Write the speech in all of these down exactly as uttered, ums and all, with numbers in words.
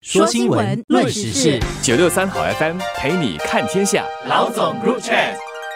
说新闻，论时事， 九六三好 F M 陪你看天下。 老总 Group Chat。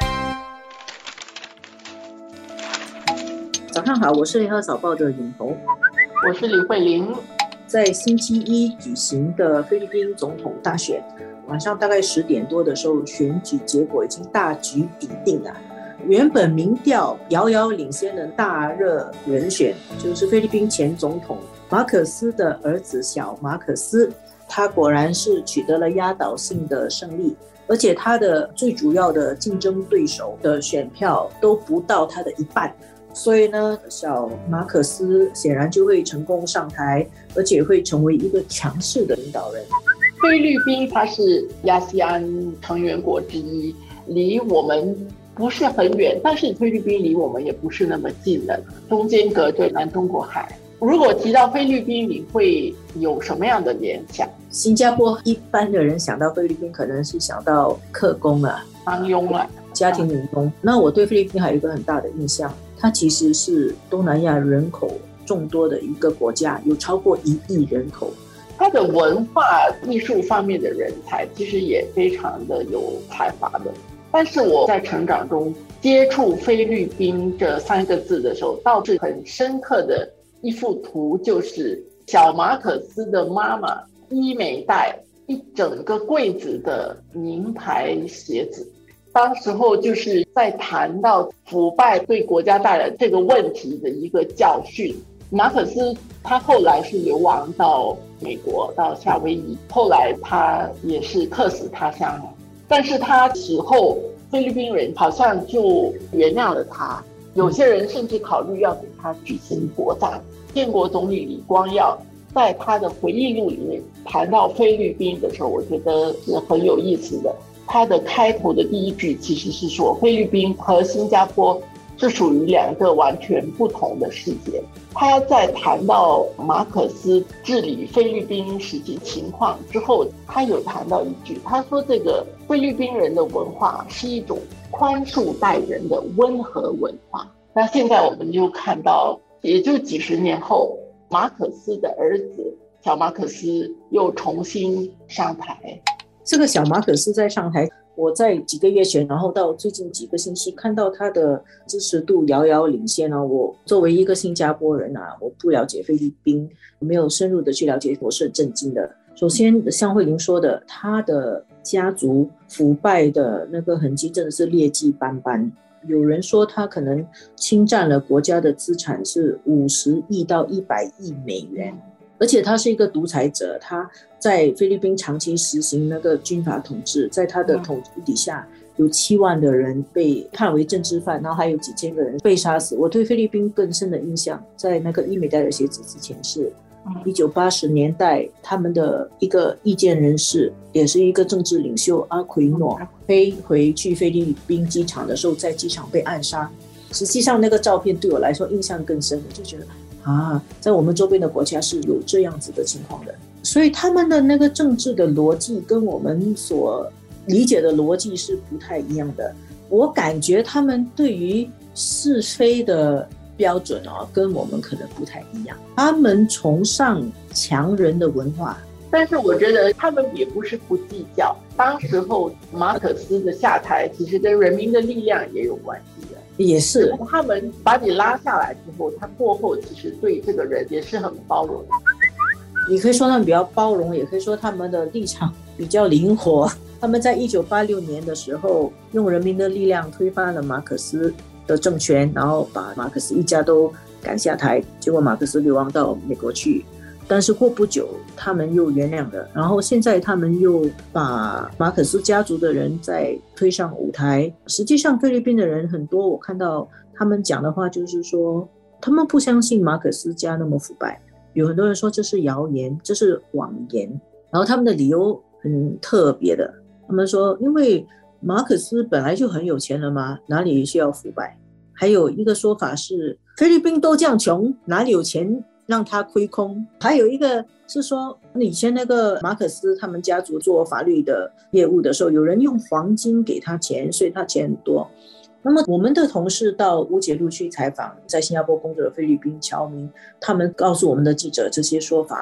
早上好，我是联合早报的尹红， 我是李慧玲。 在星期一举行的菲律宾总统大选，晚上大概十点多的时候，选举结果已经大局已定了。原本民调遥遥领先的大热人选，就是菲律宾前总统马可斯的儿子小马可斯，他果然是取得了压倒性的胜利，而且他的最主要的竞争对手的选票都不到他的一半。所以呢，小马可斯显然就会成功上台，而且会成为一个强势的领导人。 菲律宾它是亚细安成员国之一，离我们不是很远，但是菲律宾离我们也不是那么近的，中间隔着南中国海。如果提到菲律宾，你会有什么样的联想？ 新加坡一般的人想到菲律宾，可能是想到客工啊、 帮佣啊、 家庭女工。那我对菲律宾还有一个很大的印象，它其实是东南亚人口众多的一个国家，有超过一亿人口。 它的文化艺术方面的人才其实也非常的有才华的。但是我在成长中接触菲律宾这三个字的时候，倒是很深刻的一幅图，就是小马可斯的妈妈伊美带一整个柜子的名牌鞋子。当时候就是在谈到腐败对国家带来这个问题的一个教训。马可斯他后来是流亡到美国，到夏威夷，后来他也是客死他乡，但是他死后菲律宾人好像就原谅了他，有些人甚至考虑要给他举行国葬。建国总理李光耀在他的回忆录里面谈到菲律宾的时候，我觉得是很有意思的。他的开头的第一句其实是说，菲律宾和新加坡是属于两个完全不同的世界。他在谈到马可斯治理菲律宾实际情况之后，他有谈到一句，他说这个菲律宾人的文化是一种宽恕待人的温和文化。那现在我们就看到，也就几十年后，马可斯的儿子小马可斯又重新上台。 这个小马可斯在上台，我在几个月前，然后到最近几个星期看到他的支持度遥遥领先啊。我作为一个新加坡人啊，我不了解菲律宾，没有深入的去了解，我是很震惊的。首先像慧玲说的，他的家族腐败的那个痕迹真的是劣迹斑斑。有人说他可能侵占了国家的资产是五十亿到一百亿美元，而且他是一个独裁者，他在菲律宾长期实行那个军阀统治，在他的统治底下有七万的人被判为政治犯，然后还有几千个人被杀死。我对菲律宾更深的印象，在那个伊美带的鞋子之前是一九八十年代，他们的一个意见人士，也是一个政治领袖阿奎诺飞回去菲律宾机场的时候，在机场被暗杀。实际上那个照片对我来说印象更深，我就觉得啊，在我们周边的国家是有这样子的情况的。所以他们的那个政治的逻辑跟我们所理解的逻辑是不太一样的。我感觉他们对于是非的标准哦，跟我们可能不太一样。他们崇尚强人的文化， 但是我觉得他们也不是不计较。当时候马可斯的下台其实跟人民的力量也有关系的， 也是他们把你拉下来之后，他过后其实对这个人也是很包容。 你可以说他们比较包容，也可以说他们的立场比较灵活。他们在一九八六年的时候用人民的力量推翻了马可斯的政权，然后把马可斯一家都赶下台，结果马可斯流亡到美国去。但是过不久他们又原谅了，然后现在他们又把马可斯家族的人再推上舞台。实际上菲律宾的人很多，我看到他们讲的话就是说，他们不相信马可斯家那么腐败，有很多人说这是谣言，这是谎言。然后他们的理由很特别的，他们说因为马可斯本来就很有钱了嘛，哪里需要腐败。还有一个说法是菲律宾都这样穷，哪里有钱让他亏空。还有一个是说以前那个马可斯他们家族做法律的业务的时候，有人用黄金给他钱，所以他钱很多。那么我们的同事到乌节路去采访在新加坡工作的菲律宾侨民，他们告诉我们的记者这些说法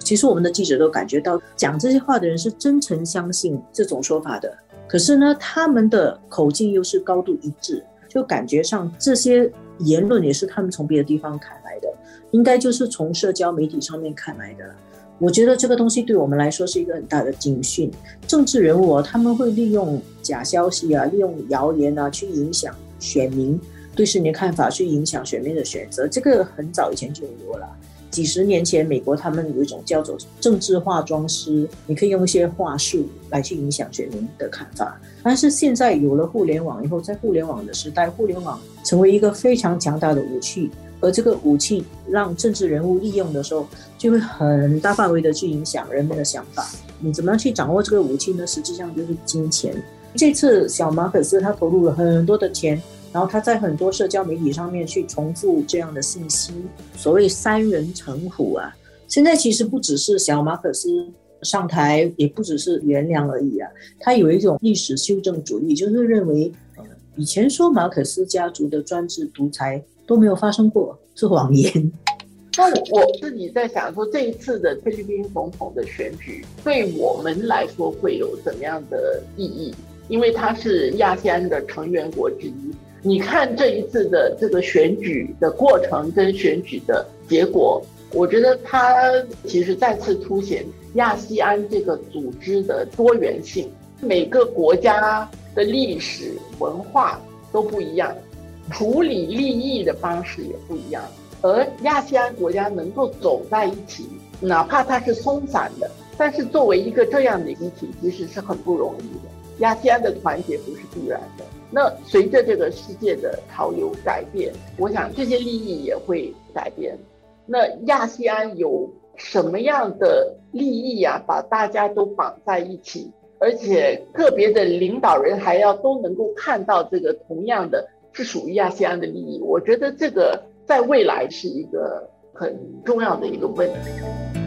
其实我们的记者都感觉到讲这些话的人是真诚相信这种说法的，可是呢他们的口径又是高度一致，就感觉上这些言论也是他们从别的地方看来的，应该就是从社交媒体上面看来的。我觉得这个东西对我们来说是一个很大的警讯。政治人物、哦、他们会利用假消息啊，利用谣言啊，去影响选民对事情的看法，去影响选民的选择，这个很早以前就有了。几十年前美国他们有一种叫做政治化妆师，你可以用一些话术来去影响选民的看法。但是现在有了互联网以后，在互联网的时代，互联网成为一个非常强大的武器，而这个武器让政治人物利用的时候，就会很大范围的去影响人们的想法。你怎么样去掌握这个武器呢？实际上就是金钱。这次小马可斯他投入了很多的钱，然后他在很多社交媒体上面去重复这样的信息，所谓三人成虎啊。现在其实不只是小马可斯上台，也不只是原谅而已啊。他有一种历史修正主义，就是认为、呃、以前说马可斯家族的专制独裁都没有发生过，是谎言。 那我自己在想说，这一次的菲律宾总统的选举对我们来说会有怎么样的意义？因为它是亚细安的成员国之一。你看这一次的这个选举的过程跟选举的结果，我觉得它其实再次凸显亚细安这个组织的多元性。每个国家的历史文化都不一样，处理利益的方式也不一样，而亚细安国家能够走在一起，哪怕它是松散的，但是作为一个这样的集体，其实是很不容易的。亚细安的团结不是必然的。那随着这个世界的潮流改变，我想这些利益也会改变。那亚细安有什么样的利益啊，把大家都绑在一起，而且个别的领导人还要都能够看到这个同样的是属于亚细安的利益，我觉得这个在未来是一个很重要的一个问题。